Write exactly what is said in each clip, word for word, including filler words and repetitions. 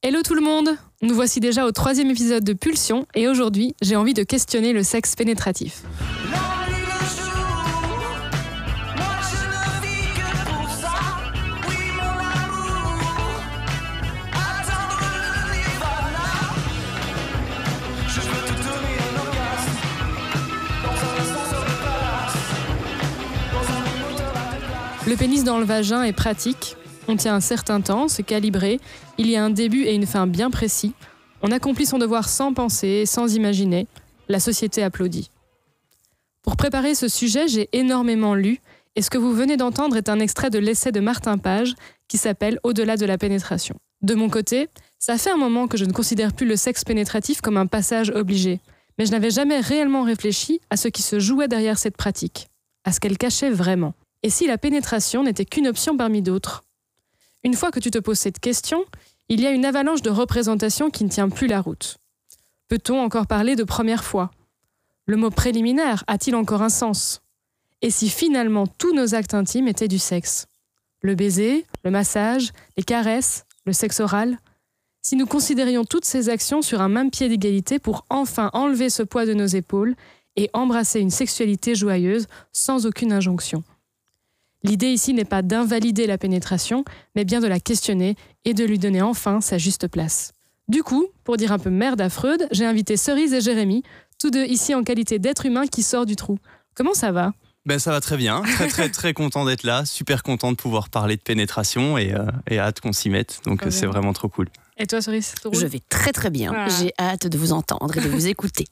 Hello tout le monde! Nous voici déjà au troisième épisode de Pulsion et aujourd'hui, j'ai envie de questionner le sexe pénétratif. Le pénis dans le vagin est pratique. On tient un certain temps, se calibrer, il y a un début et une fin bien précis. On accomplit son devoir sans penser, sans imaginer. La société applaudit. Pour préparer ce sujet, j'ai énormément lu et ce que vous venez d'entendre est un extrait de l'essai de Martin Page qui s'appelle « Au-delà de la pénétration ». De mon côté, ça fait un moment que je ne considère plus le sexe pénétratif comme un passage obligé, mais je n'avais jamais réellement réfléchi à ce qui se jouait derrière cette pratique, à ce qu'elle cachait vraiment. Et si la pénétration n'était qu'une option parmi d'autres ? Une fois que tu te poses cette question, il y a une avalanche de représentations qui ne tient plus la route. Peut-on encore parler de première fois ? Le mot préliminaire a-t-il encore un sens ? Et si finalement tous nos actes intimes étaient du sexe ? Le baiser, le massage, les caresses, le sexe oral ? Si nous considérions toutes ces actions sur un même pied d'égalité pour enfin enlever ce poids de nos épaules et embrasser une sexualité joyeuse sans aucune injonction ? L'idée ici n'est pas d'invalider la pénétration, mais bien de la questionner et de lui donner enfin sa juste place. Du coup, pour dire un peu merde à Freud, j'ai invité Cerise et Jérémy, tous deux ici en qualité d'être humain qui sort du trou. Comment ça va ? Ben ça va très bien, très très très content d'être là, super content de pouvoir parler de pénétration et, euh, et hâte qu'on s'y mette, donc Très c'est bien. vraiment trop cool. Et toi Cerise, tout roule ? Je vais très très bien. Voilà. J'ai hâte de vous entendre et de vous écouter.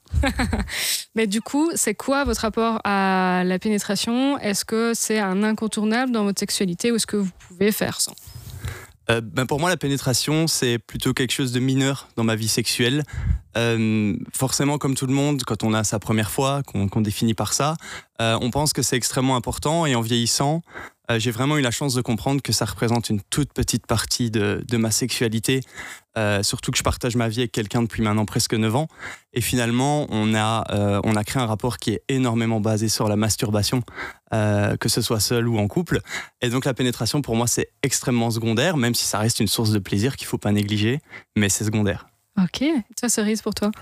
Mais du coup, c'est quoi votre rapport à la pénétration ? Est-ce que c'est un incontournable dans votre sexualité ou est-ce que vous pouvez faire sans ? Euh, ben pour moi, la pénétration, c'est plutôt quelque chose de mineur dans ma vie sexuelle. Euh, forcément, comme tout le monde, quand on a sa première fois, qu'on, qu'on définit par ça, euh, on pense que c'est extrêmement important et en vieillissant, euh, j'ai vraiment eu la chance de comprendre que ça représente une toute petite partie de, de ma sexualité, euh, surtout que je partage ma vie avec quelqu'un depuis maintenant presque neuf ans. Et finalement, on a, euh, on a créé un rapport qui est énormément basé sur la masturbation, euh, que ce soit seul ou en couple. Et donc la pénétration, pour moi, c'est extrêmement secondaire, même si ça reste une source de plaisir qu'il ne faut pas négliger, mais c'est secondaire. Ok, toi Cerise, pour toi ?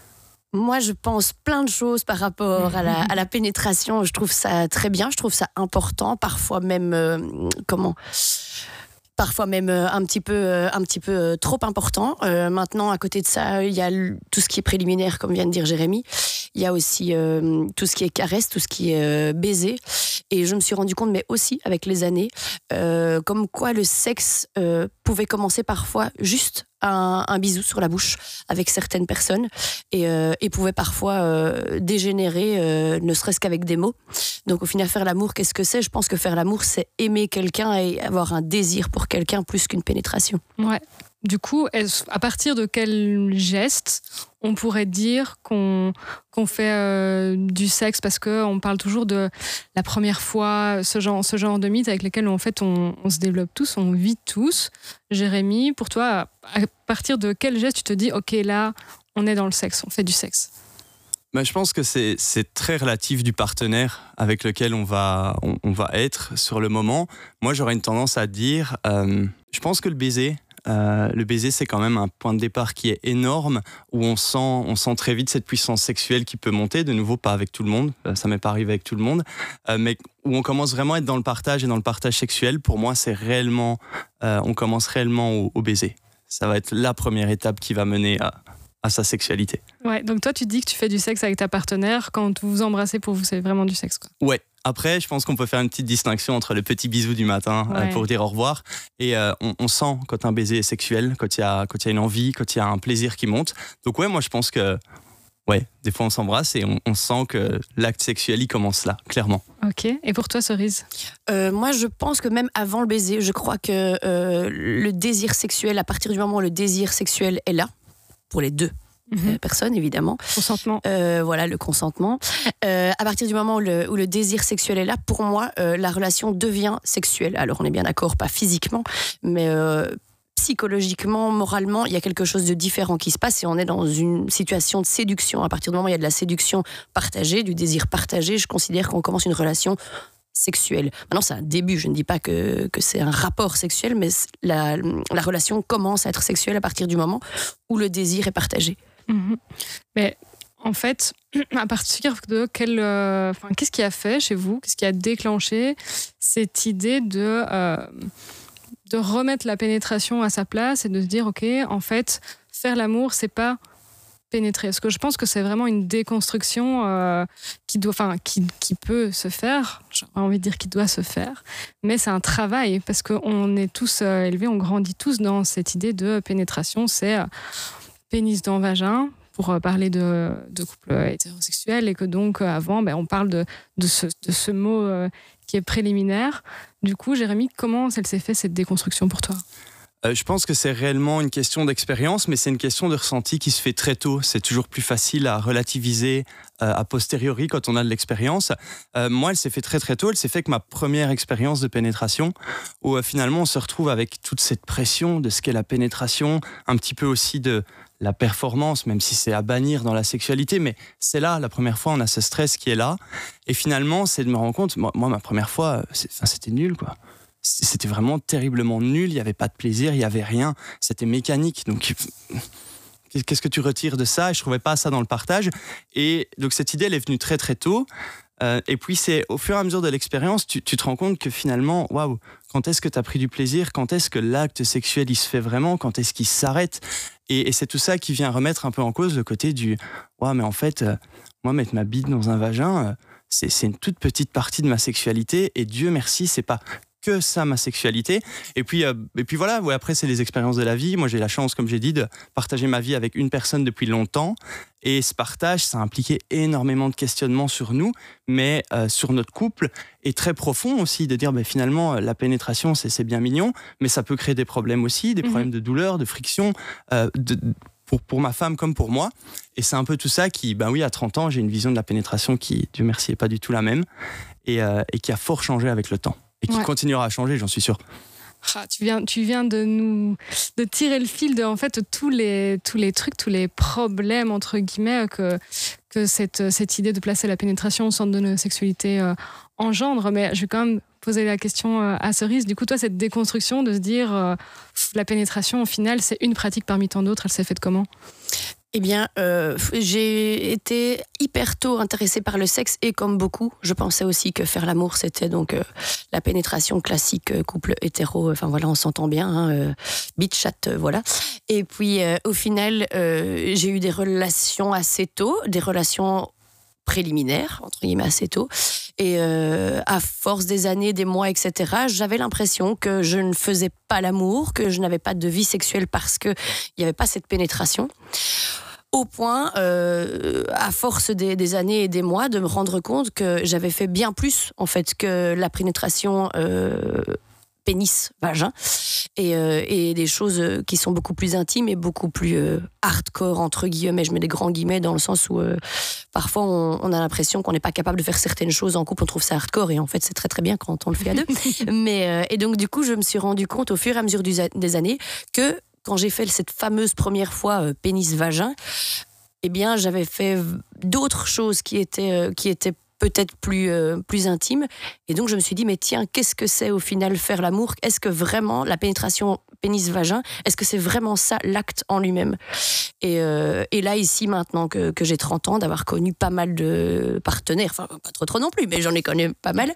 Moi, je pense plein de choses par rapport à la, à la pénétration. Je trouve ça très bien, je trouve ça important, parfois même, euh, comment Parfois même euh, un petit peu, euh, un petit peu euh, trop important. Euh, maintenant, à côté de ça, il y a l- tout ce qui est préliminaire, comme vient de dire Jérémy. Il y a aussi euh, tout ce qui est caresse, tout ce qui est euh, baiser. Et je me suis rendu compte, mais aussi avec les années, euh, comme quoi le sexe euh, pouvait commencer parfois juste un, un bisou sur la bouche avec certaines personnes et, euh, et pouvait parfois euh, dégénérer, euh, ne serait-ce qu'avec des mots. Donc au final, faire l'amour, qu'est-ce que c'est ? Je pense que faire l'amour, c'est aimer quelqu'un et avoir un désir pour quelqu'un plus qu'une pénétration. Ouais. Du coup, est-ce- à partir de quel geste on pourrait dire qu'on, qu'on fait euh, du sexe ? Parce qu'on parle toujours de la première fois, ce genre, ce genre de mythes avec lesquels en fait, on, on se développe tous, on vit tous. Jérémy, pour toi, à partir de quel geste tu te dis « Ok, là, on est dans le sexe, on fait du sexe ». Ben, je pense que c'est, c'est très relatif du partenaire avec lequel on va, on, on va être sur le moment. Moi, j'aurais une tendance à dire, euh, je pense que le baiser, euh, le baiser, c'est quand même un point de départ qui est énorme, où on sent, on sent très vite cette puissance sexuelle qui peut monter, de nouveau pas avec tout le monde, euh, ça m'est pas arrivé avec tout le monde, euh, mais où on commence vraiment à être dans le partage et dans le partage sexuel. Pour moi, c'est réellement, euh, on commence réellement au, au baiser. Ça va être la première étape qui va mener à, à sa sexualité. Ouais, donc toi, tu dis que tu fais du sexe avec ta partenaire. Quand vous vous embrassez, pour vous, c'est vraiment du sexe, quoi. Ouais. Après, je pense qu'on peut faire une petite distinction entre le petit bisou du matin Ouais. euh, pour dire au revoir et euh, on, on sent quand un baiser est sexuel, quand il y a, quand il y a une envie, quand il y a un plaisir qui monte. Donc ouais, moi je pense que ouais, des fois on s'embrasse et on, on sent que l'acte sexuel il commence là, clairement. Ok. Et pour toi, Cerise ? Euh, moi, je pense que même avant le baiser, je crois que euh, le désir sexuel, à partir du moment où le désir sexuel est là, pour les deux Mhm. euh, personnes évidemment, Consentement. Euh, voilà, le consentement. Euh, à partir du moment où le, où le désir sexuel est là, pour moi, euh, la relation devient sexuelle. Alors, on est bien d'accord, pas physiquement, mais euh, psychologiquement, moralement, il y a quelque chose de différent qui se passe et on est dans une situation de séduction. À partir du moment où il y a de la séduction partagée, du désir partagé, je considère qu'on commence une relation sexuelle. Maintenant, c'est un début. Je ne dis pas que, que c'est un rapport sexuel, mais la, la relation commence à être sexuelle à partir du moment où le désir est partagé. Mmh. Mais en fait, à partir de quel, euh, enfin, qu'est-ce qui a fait chez vous, qu'est-ce qui a déclenché cette idée de, euh, de remettre la pénétration à sa place et de se dire, ok, en fait, faire l'amour, c'est pas pénétrer. Parce que je pense que c'est vraiment une déconstruction euh, qui, doit, enfin, qui, qui peut se faire, j'ai envie de dire qui doit se faire, mais c'est un travail parce qu'on est tous euh, élevés, on grandit tous dans cette idée de pénétration, c'est euh, pénis dans vagin, pour euh, parler de, de couples hétérosexuels, et que donc euh, avant, ben, on parle de, de, ce, de ce mot euh, qui est préliminaire. Du coup, Jérémy, comment elle s'est fait cette déconstruction pour toi ? Euh, je pense que c'est réellement une question d'expérience, mais c'est une question de ressenti qui se fait très tôt. C'est toujours plus facile à relativiser euh, a posteriori quand on a de l'expérience. Euh, moi, elle s'est fait très très tôt. Elle s'est fait avec ma première expérience de pénétration, où euh, finalement on se retrouve avec toute cette pression de ce qu'est la pénétration, un petit peu aussi de la performance, même si c'est à bannir dans la sexualité, mais c'est là, la première fois, on a ce stress qui est là. Et finalement, c'est de me rendre compte, moi, moi ma première fois, c'est, enfin, c'était nul, quoi. C'était vraiment terriblement nul, il n'y avait pas de plaisir, il n'y avait rien, c'était mécanique. Donc, qu'est-ce que tu retires de ça ? Et je ne trouvais pas ça dans le partage. Et donc, cette idée, elle est venue très, très tôt. Euh, et puis, c'est au fur et à mesure de l'expérience, tu, tu te rends compte que finalement, waouh, quand est-ce que tu as pris du plaisir ? Quand est-ce que l'acte sexuel, il se fait vraiment ? Quand est-ce qu'il s'arrête ? et, et c'est tout ça qui vient remettre un peu en cause le côté du « waouh, mais en fait, euh, moi, mettre ma bite dans un vagin, euh, c'est, c'est une toute petite partie de ma sexualité. Et Dieu merci, c'est pas... que ça, ma sexualité. Et puis, euh, et puis voilà, ouais, après, c'est les expériences de la vie. Moi, j'ai la chance, comme j'ai dit, de partager ma vie avec une personne depuis longtemps. Et ce partage, ça a impliqué énormément de questionnements sur nous, mais euh, sur notre couple, et très profond aussi, de dire, ben, finalement, la pénétration, c'est, c'est bien mignon, mais ça peut créer des problèmes aussi, des mmh. problèmes de douleur, de friction, euh, de, pour, pour ma femme comme pour moi. Et c'est un peu tout ça qui, ben oui, à trente ans, j'ai une vision de la pénétration qui, Dieu merci, n'est pas du tout la même, et, euh, et qui a fort changé avec le temps. Et qui ouais. continuera à changer, j'en suis sûr. Ah, tu viens, tu viens de nous de tirer le fil de en fait tous les tous les trucs, tous les problèmes entre guillemets que que cette cette idée de placer la pénétration au centre de nos sexualités euh, engendre. Mais je vais quand même poser la question euh, à Cerise. Du coup, toi, cette déconstruction de se dire euh, la pénétration, au final, c'est une pratique parmi tant d'autres. Elle s'est faite comment ? Eh bien, euh, j'ai été hyper tôt intéressée par le sexe et comme beaucoup, je pensais aussi que faire l'amour, c'était donc euh, la pénétration classique, euh, couple hétéro, enfin voilà, on s'entend bien, hein, euh, bitch chat, euh, voilà. Et puis, euh, au final, euh, j'ai eu des relations assez tôt, des relations préliminaires, entre guillemets, assez tôt. Et euh, à force des années, des mois, et cetera, j'avais l'impression que je ne faisais pas l'amour, que je n'avais pas de vie sexuelle parce qu'il n'y avait pas cette pénétration. Au point, euh, à force des, des années et des mois, de me rendre compte que j'avais fait bien plus, en fait, que la pénétration euh, pénis-vagin. Et, euh, et des choses qui sont beaucoup plus intimes et beaucoup plus euh, hardcore, entre guillemets. Je mets des grands guillemets dans le sens où euh, parfois on, on a l'impression qu'on n'est pas capable de faire certaines choses en couple, on trouve ça hardcore et en fait c'est très très bien quand on le fait à deux. Mais, euh, et donc du coup je me suis rendu compte au fur et à mesure du, des années que quand j'ai fait cette fameuse première fois euh, pénis-vagin, eh bien j'avais fait d'autres choses qui étaient, euh, qui étaient peut-être plus, euh, plus intime. Et donc, je me suis dit, mais tiens, qu'est-ce que c'est au final faire l'amour ? Est-ce que vraiment, la pénétration pénis-vagin, est-ce que c'est vraiment ça, l'acte en lui-même ? et, euh, et là, ici, maintenant que, que j'ai trente ans, d'avoir connu pas mal de partenaires, enfin, pas trop trop non plus, mais j'en ai connu pas mal.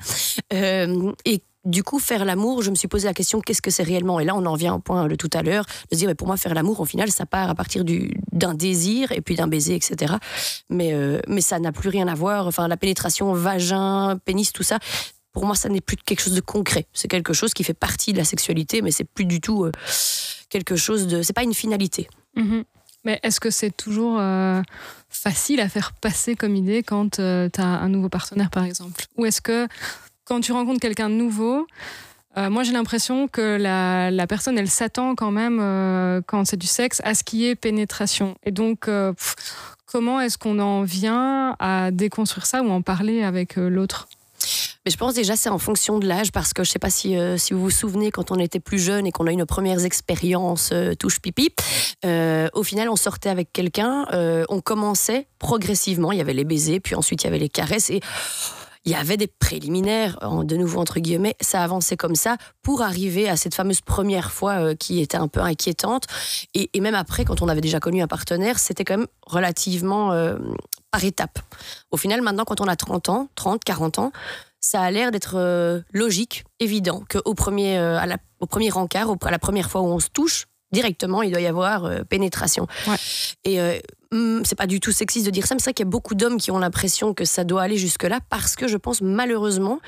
Euh, et du coup, faire l'amour, je me suis posé la question, qu'est-ce que c'est réellement ? Et là, on en revient au point de tout à l'heure, de se dire, mais pour moi, faire l'amour, au final, ça part à partir du, d'un désir et puis d'un baiser, et cetera. Mais, euh, mais ça n'a plus rien à voir. Enfin, la pénétration, vagin, pénis, tout ça, pour moi, ça n'est plus quelque chose de concret. C'est quelque chose qui fait partie de la sexualité, mais c'est plus du tout euh, quelque chose de... C'est pas une finalité. Mmh. Mais est-ce que c'est toujours euh, facile à faire passer comme idée quand euh, tu as un nouveau partenaire, par exemple ? Ou est-ce que quand tu rencontres quelqu'un de nouveau, euh, moi j'ai l'impression que la, la personne, elle s'attend quand même, euh, quand c'est du sexe, à ce qui est pénétration. Et donc, euh, pff, comment est-ce qu'on en vient à déconstruire ça ou en parler avec euh, l'autre ? Mais je pense déjà c'est en fonction de l'âge, parce que je ne sais pas si, euh, si vous vous souvenez, quand on était plus jeune et qu'on a eu nos premières expériences euh, touche pipi, euh, au final on sortait avec quelqu'un, euh, on commençait progressivement, il y avait les baisers, puis ensuite il y avait les caresses, et il y avait des préliminaires, de nouveau entre guillemets, ça avançait comme ça pour arriver à cette fameuse première fois euh, qui était un peu inquiétante. Et, et même après, quand on avait déjà connu un partenaire, c'était quand même relativement euh, par étapes. Au final, maintenant, quand on a trente ans, trente, quarante ans, ça a l'air d'être euh, logique, évident, qu'au premier, euh, à la, au premier encart, au, à la première fois où on se touche, directement, il doit y avoir euh, pénétration. Ouais. Et euh, hum, c'est pas du tout sexiste de dire ça, mais c'est vrai qu'il y a beaucoup d'hommes qui ont l'impression que ça doit aller jusque-là parce que je pense malheureusement,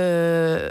euh,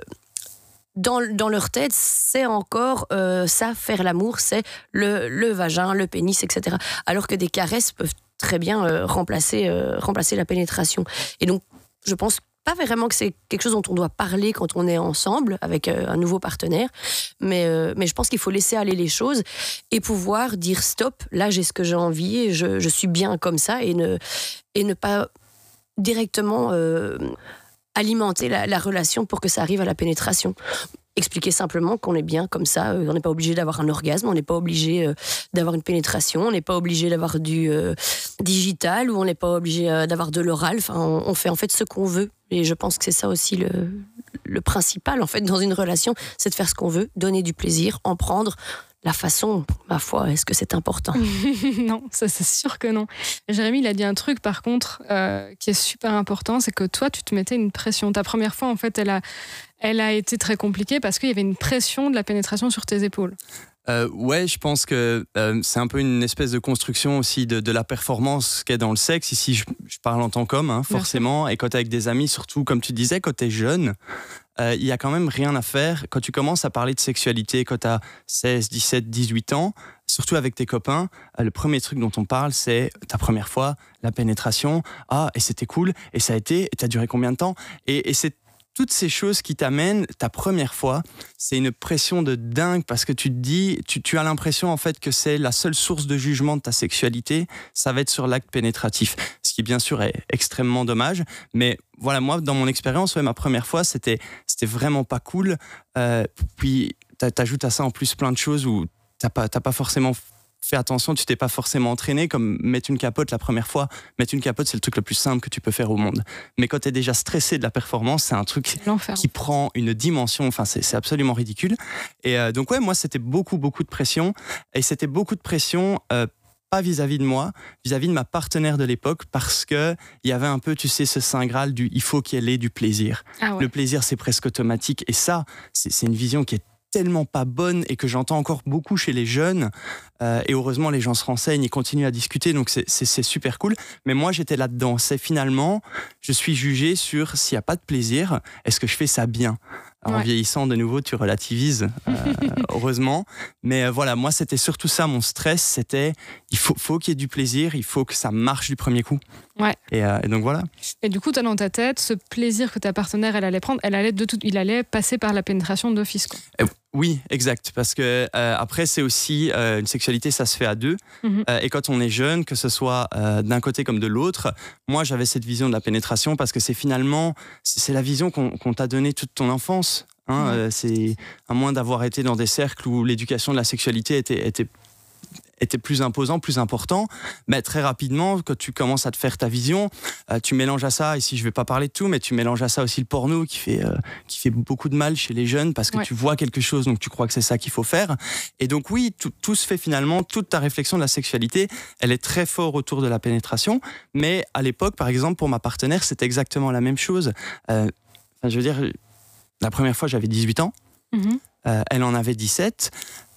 dans, dans leur tête, c'est encore euh, ça, faire l'amour, c'est le, le vagin, le pénis, et cetera. Alors que des caresses peuvent très bien euh, remplacer, euh, remplacer la pénétration. Et donc, je pense pas vraiment que c'est quelque chose dont on doit parler quand on est ensemble avec euh, un nouveau partenaire, mais, euh, mais je pense qu'il faut laisser aller les choses et pouvoir dire stop, là j'ai ce que j'ai envie, et je, je suis bien comme ça, et ne, et ne pas directement euh, alimenter la, la relation pour que ça arrive à la pénétration. Expliquer simplement qu'on est bien comme ça, euh, on n'est pas obligé d'avoir un orgasme, on n'est pas obligé euh, d'avoir une pénétration, on n'est pas obligé d'avoir du euh, digital, ou on n'est pas obligé euh, d'avoir de l'oral, enfin, on, on fait en fait ce qu'on veut. Et je pense que c'est ça aussi le, le principal en fait dans une relation, c'est de faire ce qu'on veut, donner du plaisir, en prendre. La façon, ma foi, est-ce que c'est important? Non, ça c'est sûr que non. Jérémy, il a dit un truc par contre euh, qui est super important, c'est que toi, tu te mettais une pression. Ta première fois, en fait, elle a, elle a été très compliquée parce qu'il y avait une pression de la pénétration sur tes épaules. Euh, ouais, je pense que euh, c'est un peu une espèce de construction aussi de, de la performance qu'est dans le sexe. Ici, je, je parle en tant qu'homme, hein, forcément. Et quand t'es avec des amis, surtout, comme tu disais, quand t'es jeune, il euh, y a quand même rien à faire. Quand tu commences à parler de sexualité, quand t'as seize, dix-sept, dix-huit ans, surtout avec tes copains, euh, le premier truc dont on parle, c'est ta première fois, la pénétration. Ah, et c'était cool, et ça a été, et t'as duré combien de temps? Et, et c'est toutes ces choses qui t'amènent, ta première fois, c'est une pression de dingue parce que tu te dis, tu, tu as l'impression en fait que c'est la seule source de jugement de ta sexualité, ça va être sur l'acte pénétratif. Ce qui bien sûr est extrêmement dommage, mais voilà, moi dans mon expérience, ouais, ma première fois, c'était, c'était vraiment pas cool. Euh, puis t'ajoutes à ça en plus plein de choses où t'as pas, t'as pas forcément fais attention, tu t'es pas forcément entraîné, comme mettre une capote la première fois. Mettre une capote, c'est le truc le plus simple que tu peux faire au monde. Mais quand tu es déjà stressé de la performance, c'est un truc qui prend une dimension, enfin c'est, c'est absolument ridicule. Et euh, donc ouais, moi c'était beaucoup, beaucoup de pression. Et c'était beaucoup de pression, euh, pas vis-à-vis de moi, vis-à-vis de ma partenaire de l'époque, parce que il y avait un peu, tu sais, ce saint graal du il faut qu'il y ait du plaisir. Ah ouais. Le plaisir, c'est presque automatique. Et ça, c'est, c'est une vision qui est tellement pas bonne et que j'entends encore beaucoup chez les jeunes, euh, et heureusement les gens se renseignent et continuent à discuter, donc c'est, c'est, c'est super cool. Mais moi j'étais là-dedans, c'est finalement je suis jugé sur s'il n'y a pas de plaisir, est-ce que je fais ça bien? Alors, ouais. En vieillissant de nouveau tu relativises, euh, heureusement, mais euh, voilà, moi c'était surtout ça mon stress, c'était il faut, faut qu'il y ait du plaisir, il faut que ça marche du premier coup. Ouais. Et, euh, et donc voilà. Et du coup, toi, dans ta tête, ce plaisir que ta partenaire elle allait prendre, elle allait de tout, il allait passer par la pénétration d'office, quoi. Euh, oui, exact. Parce que euh, après, c'est aussi euh, une sexualité, ça se fait à deux. Mm-hmm. Euh, et quand on est jeune, que ce soit euh, d'un côté comme de l'autre, moi, j'avais cette vision de la pénétration parce que c'est finalement, c'est, c'est la vision qu'on, qu'on t'a donnée toute ton enfance. Hein, mm-hmm. euh, c'est à moins d'avoir été dans des cercles où l'éducation de la sexualité était, était était plus imposant, plus important, mais très rapidement, quand tu commences à te faire ta vision, euh, tu mélanges à ça, ici je vais pas parler de tout, mais tu mélanges à ça aussi le porno qui fait, euh, qui fait beaucoup de mal chez les jeunes parce que ouais. tu vois quelque chose, donc tu crois que c'est ça qu'il faut faire. Et donc oui, tout, tout se fait finalement, toute ta réflexion de la sexualité, elle est très fort autour de la pénétration, mais à l'époque, par exemple, pour ma partenaire, c'était exactement la même chose. Euh, enfin, je veux dire, la première fois, j'avais dix-huit ans, mm-hmm. euh, elle en avait dix-sept.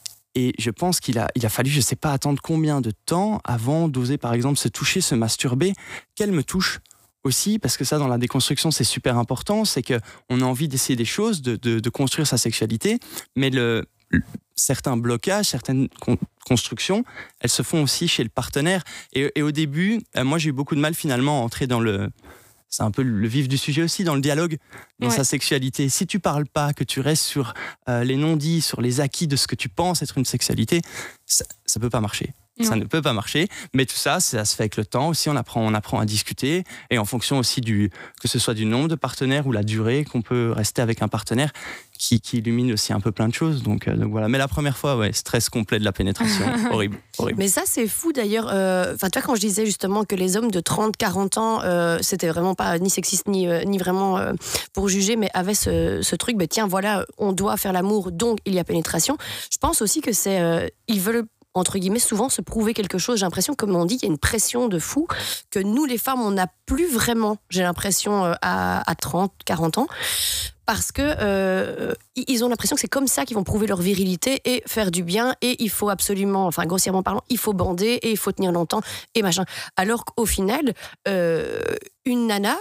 Et je pense qu'il a, il a fallu, je ne sais pas attendre combien de temps avant d'oser, par exemple, se toucher, se masturber, qu'elle me touche aussi, parce que ça, dans la déconstruction, c'est super important, c'est qu'on a envie d'essayer des choses, de, de, de construire sa sexualité, mais le, le, certains blocages, certaines con, constructions, elles se font aussi chez le partenaire. Et, et au début, euh, moi, j'ai eu beaucoup de mal finalement à entrer dans le... C'est un peu le vif du sujet aussi, dans le dialogue, dans ouais. sa sexualité. Si tu parles pas, que tu restes sur euh, les non-dits, sur les acquis de ce que tu penses être une sexualité, ça, ça peut pas marcher. Ça ne peut pas marcher, mais tout ça, ça se fait avec le temps aussi. On apprend, on apprend à discuter et en fonction aussi du, que ce soit du nombre de partenaires ou la durée qu'on peut rester avec un partenaire qui, qui illumine aussi un peu plein de choses. Donc, euh, donc voilà. Mais la première fois, ouais, stress complet de la pénétration. horrible, horrible. Mais ça, c'est fou d'ailleurs. Enfin, euh, toi, quand je disais justement que les hommes de trente, quarante ans, euh, c'était vraiment pas ni sexiste ni, euh, ni vraiment euh, pour juger, mais avaient ce, ce truc, bah, tiens, voilà, on doit faire l'amour, donc il y a pénétration. Je pense aussi que c'est. Euh, ils veulent entre guillemets, souvent se prouver quelque chose. J'ai l'impression, comme on dit, qu'il y a une pression de fou que nous, les femmes, on n'a plus vraiment, j'ai l'impression, à, à trente, quarante ans. Parce que euh, ils ont l'impression que c'est comme ça qu'ils vont prouver leur virilité et faire du bien. Et il faut absolument, enfin grossièrement parlant, il faut bander et il faut tenir longtemps et machin. Alors qu'au final, euh, une nana,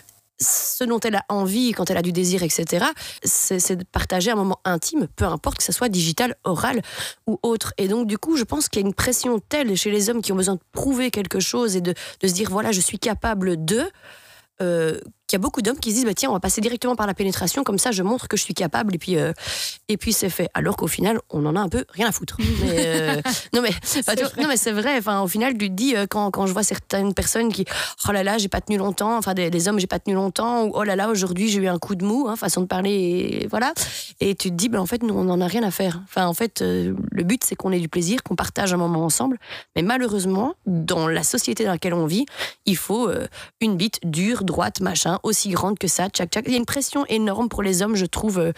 ce dont elle a envie, quand elle a du désir, et cetera, c'est, c'est de partager un moment intime, peu importe que ce soit digital, oral ou autre. Et donc, du coup, je pense qu'il y a une pression telle chez les hommes qui ont besoin de prouver quelque chose et de, de se dire, voilà, je suis capable de... Euh, qu'il y a beaucoup d'hommes qui se disent bah, tiens, on va passer directement par la pénétration, comme ça je montre que je suis capable et puis, euh, et puis c'est fait. Alors qu'au final, on en a un peu rien à foutre. Mais, euh, non, mais, bah, tu, non mais c'est vrai, enfin, au final, tu te dis, euh, quand, quand je vois certaines personnes qui oh là là, j'ai pas tenu longtemps, enfin des, des hommes, j'ai pas tenu longtemps, ou oh là là, aujourd'hui j'ai eu un coup de mou, hein, façon de parler, et voilà. Et tu te dis, bah, en fait, nous on en a rien à faire. Enfin, en fait, euh, le but c'est qu'on ait du plaisir, qu'on partage un moment ensemble. Mais malheureusement, dans la société dans laquelle on vit, il faut euh, une bite dure, droite, machin, aussi grande que ça, tchac, tchac. Il y a une pression énorme pour les hommes, je trouve, euh,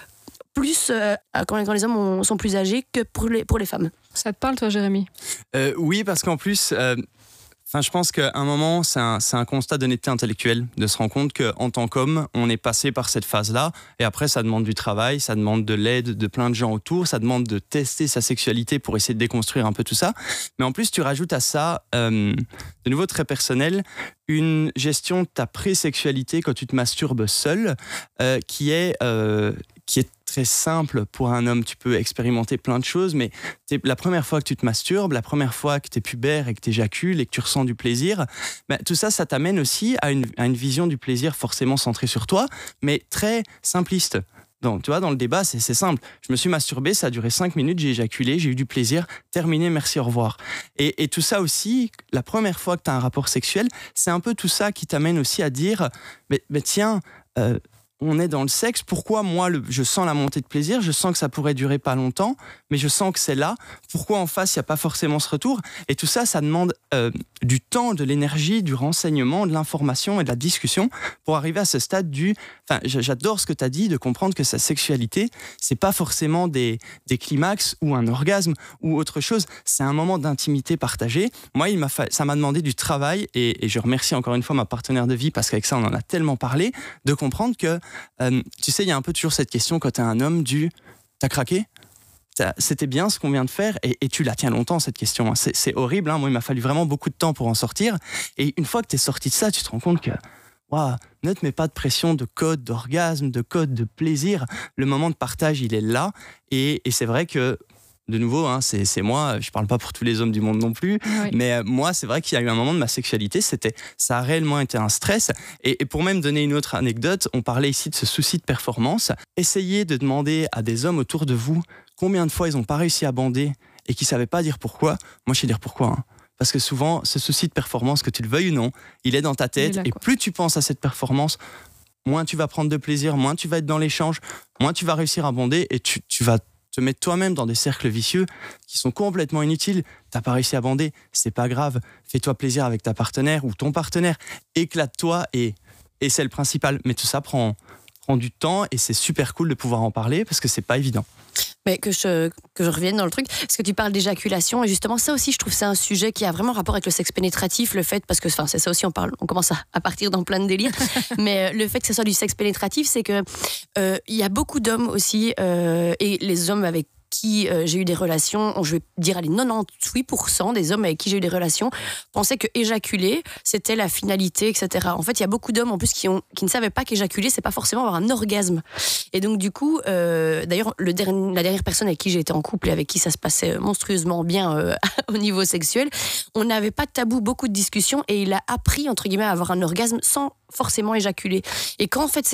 plus euh, quand, quand les hommes ont, sont plus âgés que pour les, pour les femmes. Ça te parle, toi, Jérémy ? euh, Oui, parce qu'en plus... Euh... Enfin, je pense qu'à un moment, c'est un, c'est un constat d'honnêteté intellectuelle, de se rendre compte qu'en tant qu'homme, on est passé par cette phase-là, et après, ça demande du travail, ça demande de l'aide de plein de gens autour, ça demande de tester sa sexualité pour essayer de déconstruire un peu tout ça. Mais en plus, tu rajoutes à ça, euh, de nouveau très personnel, une gestion de ta pré-sexualité quand tu te masturbes seul, euh, qui est... Euh, qui est très simple pour un homme. Tu peux expérimenter plein de choses, mais la première fois que tu te masturbes, la première fois que tu es pubère et que tu éjacules et que tu ressens du plaisir, ben, tout ça, ça t'amène aussi à une, à une vision du plaisir forcément centrée sur toi, mais très simpliste. Donc, tu vois, dans le débat, c'est, c'est simple. Je me suis masturbé, ça a duré cinq minutes, j'ai éjaculé, j'ai eu du plaisir, terminé, merci, au revoir. Et, et tout ça aussi, la première fois que tu as un rapport sexuel, c'est un peu tout ça qui t'amène aussi à dire, mais, mais tiens... Euh, on est dans le sexe, pourquoi moi le, je sens la montée de plaisir, je sens que ça pourrait durer pas longtemps, mais je sens que c'est là, pourquoi en face il n'y a pas forcément ce retour, et tout ça, ça demande euh, du temps, de l'énergie, du renseignement, de l'information et de la discussion pour arriver à ce stade du... Enfin, j'adore ce que tu as dit, de comprendre que sa sexualité, c'est pas forcément des, des climax ou un orgasme ou autre chose, c'est un moment d'intimité partagée. Moi, il m'a fa... ça m'a demandé du travail, et, et je remercie encore une fois ma partenaire de vie, parce qu'avec ça, on en a tellement parlé, de comprendre que Euh, tu sais, il y a un peu toujours cette question quand t'es un homme du « t'as craqué ? T'as, c'était bien ce qu'on vient de faire ?» et, et tu la tiens longtemps, cette question. Hein. C'est, c'est horrible. Hein. Moi, il m'a fallu vraiment beaucoup de temps pour en sortir. Et une fois que t'es sorti de ça, tu te rends compte que wow, ne te mets pas de pression de code d'orgasme, de code de plaisir. Le moment de partage, il est là. Et, et c'est vrai que de nouveau, hein, c'est, c'est moi, je parle pas pour tous les hommes du monde non plus, oui. mais euh, moi, c'est vrai qu'il y a eu un moment de ma sexualité, c'était, ça a réellement été un stress. Et, et pour même donner une autre anecdote, on parlait ici de ce souci de performance. Essayez de demander à des hommes autour de vous combien de fois ils n'ont pas réussi à bander et qu'ils ne savaient pas dire pourquoi. Moi, je sais dire pourquoi. Hein. Parce que souvent, ce souci de performance, que tu le veuilles ou non, il est dans ta tête. Là, et plus tu penses à cette performance, moins tu vas prendre de plaisir, moins tu vas être dans l'échange, moins tu vas réussir à bander et tu, tu vas te mettre toi-même dans des cercles vicieux qui sont complètement inutiles. T'as pas réussi à bander, c'est pas grave. Fais-toi plaisir avec ta partenaire ou ton partenaire. Éclate-toi et, et c'est le principal. Mais tout ça prend, prend du temps et c'est super cool de pouvoir en parler parce que c'est pas évident. Mais que je, que je revienne dans le truc, parce que tu parles d'éjaculation, et justement ça aussi je trouve c'est un sujet qui a vraiment rapport avec le sexe pénétratif, le fait, parce que enfin, c'est ça aussi on parle, on commence à, à partir dans plein de délires, mais euh, le fait que ce soit du sexe pénétratif, c'est que euh, il y a beaucoup d'hommes aussi, euh, et les hommes avec qui euh, j'ai eu des relations, je vais dire allez, quatre-vingt-dix-huit pour cent des hommes avec qui j'ai eu des relations pensaient que éjaculer, c'était la finalité, et cetera. En fait, il y a beaucoup d'hommes en plus qui, ont, qui ne savaient pas qu'éjaculer, c'est pas forcément avoir un orgasme. Et donc, du coup, euh, d'ailleurs, le dernier, la dernière personne avec qui j'ai été en couple et avec qui ça se passait monstrueusement bien euh, au niveau sexuel, on n'avait pas de tabou, beaucoup de discussions, et il a appris, entre guillemets, à avoir un orgasme sans forcément éjaculer. Et quand, en fait, c'est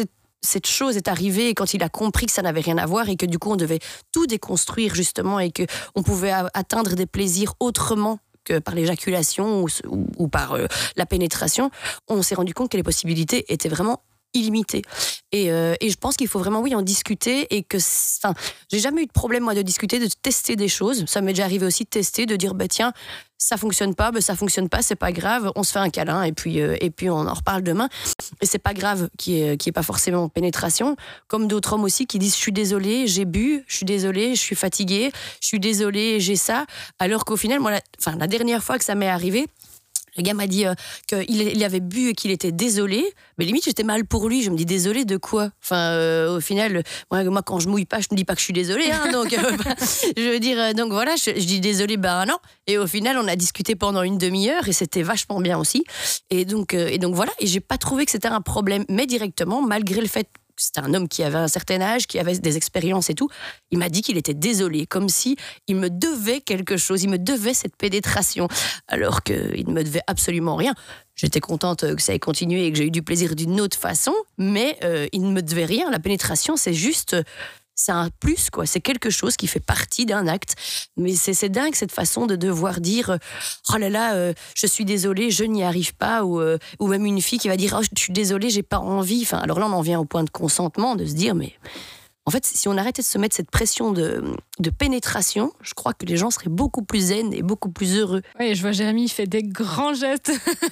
cette chose est arrivée, quand il a compris que ça n'avait rien à voir et que du coup on devait tout déconstruire justement et qu'on pouvait a- atteindre des plaisirs autrement que par l'éjaculation ou, ou, ou par euh, la pénétration, on s'est rendu compte que les possibilités étaient vraiment illimitées. Et, euh, et je pense qu'il faut vraiment, oui, en discuter et que... Enfin, j'ai jamais eu de problème, moi, de discuter, de tester des choses. Ça m'est déjà arrivé aussi de tester, de dire, bah tiens, ça fonctionne pas, bah ça fonctionne pas, c'est pas grave, on se fait un câlin et puis, euh, et puis on en reparle demain. Et c'est pas grave qu'il n'y ait, qu'il y ait pas forcément pénétration. Comme d'autres hommes aussi qui disent, je suis désolé, j'ai bu, je suis désolé, je suis fatigué, je suis désolé, j'ai ça. Alors qu'au final, moi, la, enfin, la dernière fois que ça m'est arrivé, le gars m'a dit euh, qu'il il avait bu et qu'il était désolé. Mais limite, j'étais mal pour lui. Je me dis, désolé de quoi? Enfin, euh, au final, moi, moi, quand je mouille pas, je ne dis pas que je suis désolé. Hein, donc, euh, je veux dire, euh, donc voilà, je, je dis désolé, ben non. Et au final, on a discuté pendant une demi-heure et c'était vachement bien aussi. Et donc, euh, et donc voilà. Et j'ai pas trouvé que c'était un problème. Mais directement, malgré le fait... C'était un homme qui avait un certain âge, qui avait des expériences et tout. Il m'a dit qu'il était désolé, comme si il me devait quelque chose, il me devait cette pénétration, alors qu'il ne me devait absolument rien. J'étais contente que ça ait continué et que j'ai eu du plaisir d'une autre façon, mais euh, il ne me devait rien. La pénétration, c'est juste... C'est un plus, quoi. C'est quelque chose qui fait partie d'un acte. Mais c'est, c'est dingue, cette façon de devoir dire « Oh là là, euh, je suis désolée, je n'y arrive pas » ou, euh, ou même une fille qui va dire « Oh, je suis désolée, j'ai pas envie ». Enfin, alors là, on en vient au point de consentement, de se dire « Mais en fait, si on arrêtait de se mettre cette pression de, de pénétration, je crois que les gens seraient beaucoup plus zen et beaucoup plus heureux. » Oui, je vois Jérémy, il fait des grands gestes.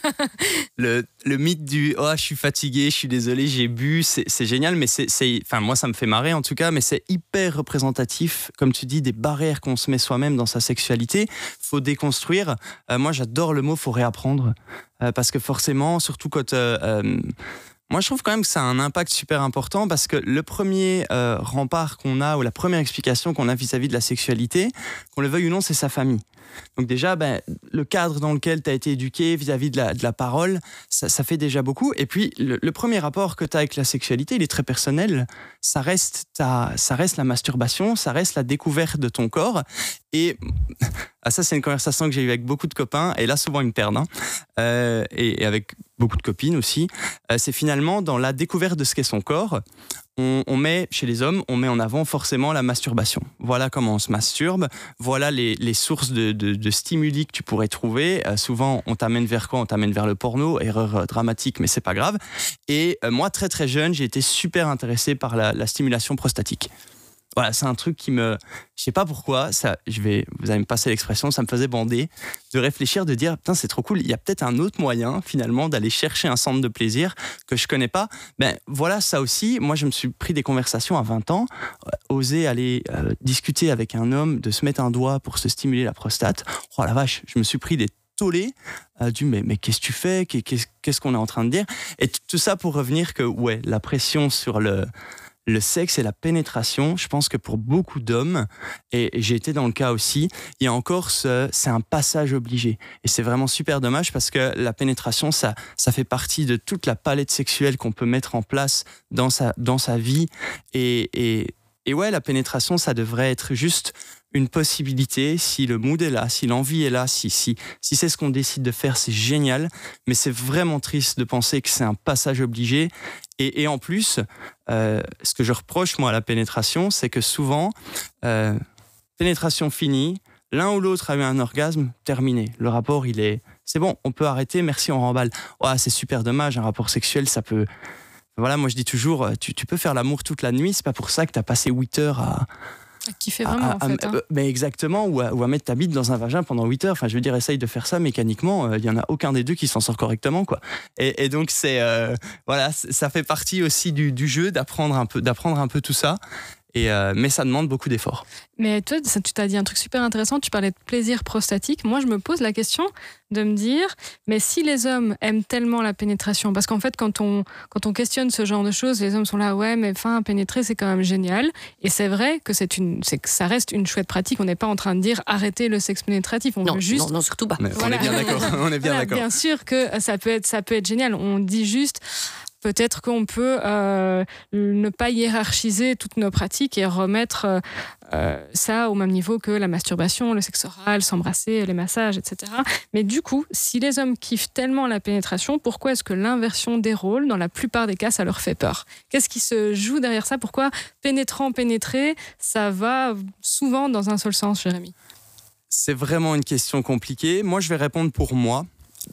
Le, le mythe du « Oh, je suis fatigué, je suis désolé, j'ai bu », c'est, c'est génial, mais c'est, c'est... Enfin, moi, ça me fait marrer en tout cas, mais c'est hyper représentatif, comme tu dis, des barrières qu'on se met soi-même dans sa sexualité. Faut déconstruire. Euh, moi, j'adore le mot « faut réapprendre euh, », parce que forcément, surtout quand... Euh, euh, Moi, je trouve quand même que ça a un impact super important parce que le premier euh, rempart qu'on a ou la première explication qu'on a vis-à-vis de la sexualité, qu'on le veuille ou non, c'est sa famille. Donc déjà, ben, le cadre dans lequel tu as été éduqué vis-à-vis de la, de la parole, ça, ça fait déjà beaucoup. Et puis, le, le premier rapport que tu as avec la sexualité, il est très personnel. Ça reste, ta, ça reste la masturbation, ça reste la découverte de ton corps. Et ah, ça, c'est une conversation que j'ai eue avec beaucoup de copains. Et là, souvent, ils me perdent. Hein. Euh, et, et avec beaucoup de copines aussi. Euh, c'est finalement dans la découverte de ce qu'est son corps. On, on met, chez les hommes, on met en avant forcément la masturbation. Voilà comment on se masturbe. Voilà les, les sources de, de, de stimuli que tu pourrais trouver. Euh, souvent, on t'amène vers quoi? On t'amène vers le porno. Erreur euh, dramatique, mais c'est pas grave. Et euh, moi, très très jeune, j'ai été super intéressé par la, la stimulation prostatique. Voilà, c'est un truc qui me... Je sais pas pourquoi, ça, je vais, vous allez me passer l'expression, ça me faisait bander, de réfléchir, de dire, putain, c'est trop cool, il y a peut-être un autre moyen, finalement, d'aller chercher un centre de plaisir que je connais pas. Ben, voilà, ça aussi, moi, je me suis pris des conversations à vingt ans, euh, oser aller euh, discuter avec un homme, de se mettre un doigt pour se stimuler la prostate. Oh la vache, je me suis pris des tollé euh, du mais, mais qu'est-ce que tu fais, qu'est-ce, qu'est-ce qu'on est en train de dire, et t- tout ça pour revenir que ouais, la pression sur le le sexe et la pénétration, je pense que pour beaucoup d'hommes, et j'ai été dans le cas aussi, il y a encore ce, c'est un passage obligé. Et c'est vraiment super dommage parce que la pénétration, ça, ça fait partie de toute la palette sexuelle qu'on peut mettre en place dans sa, dans sa vie. Et, et, et ouais, la pénétration, ça devrait être juste une possibilité, si le mood est là, si l'envie est là, si, si, si c'est ce qu'on décide de faire, c'est génial, mais c'est vraiment triste de penser que c'est un passage obligé. Et, et en plus, euh, ce que je reproche, moi, à la pénétration, c'est que souvent, euh, pénétration finie, l'un ou l'autre a eu un orgasme, terminé. Le rapport, il est... C'est bon, on peut arrêter, merci, on remballe. Oh, c'est super dommage, un rapport sexuel, ça peut... Voilà, moi, je dis toujours, tu, tu peux faire l'amour toute la nuit, c'est pas pour ça que t'as passé huit heures à... Qui fait vraiment, à, à, en fait. À, hein. mais exactement, ou à, ou à mettre ta bite dans un vagin pendant huit heures. Enfin, je veux dire, essaye de faire ça mécaniquement. Il euh, n'y en a aucun des deux qui s'en sort correctement, quoi. Et, et donc, c'est, euh, voilà, ça fait partie aussi du, du jeu d'apprendre un peu, d'apprendre un peu tout ça. Et euh, mais ça demande beaucoup d'efforts. Mais toi, ça, tu t'as dit un truc super intéressant, tu parlais de plaisir prostatique. Moi, je me pose la question de me dire, mais si les hommes aiment tellement la pénétration, parce qu'en fait, quand on, quand on questionne ce genre de choses, les hommes sont là, ouais, mais enfin, pénétrer, c'est quand même génial. Et c'est vrai que, c'est une, c'est que ça reste une chouette pratique. On n'est pas en train de dire arrêtez le sexe pénétratif. On non, veut juste... non, non, surtout pas. Mais Voilà. On est bien d'accord. On est bien Voilà, d'accord. bien sûr que ça peut être, ça peut être génial. On dit juste... peut-être qu'on peut euh, ne pas hiérarchiser toutes nos pratiques et remettre euh, ça au même niveau que la masturbation, le sexe oral, s'embrasser, les massages, et cetera. Mais du coup, si les hommes kiffent tellement la pénétration, pourquoi est-ce que l'inversion des rôles, dans la plupart des cas, ça leur fait peur ? Qu'est-ce qui se joue derrière ça ? Pourquoi pénétrant, pénétrer, ça va souvent dans un seul sens, Jérémy ? C'est vraiment une question compliquée. Moi, je vais répondre pour moi.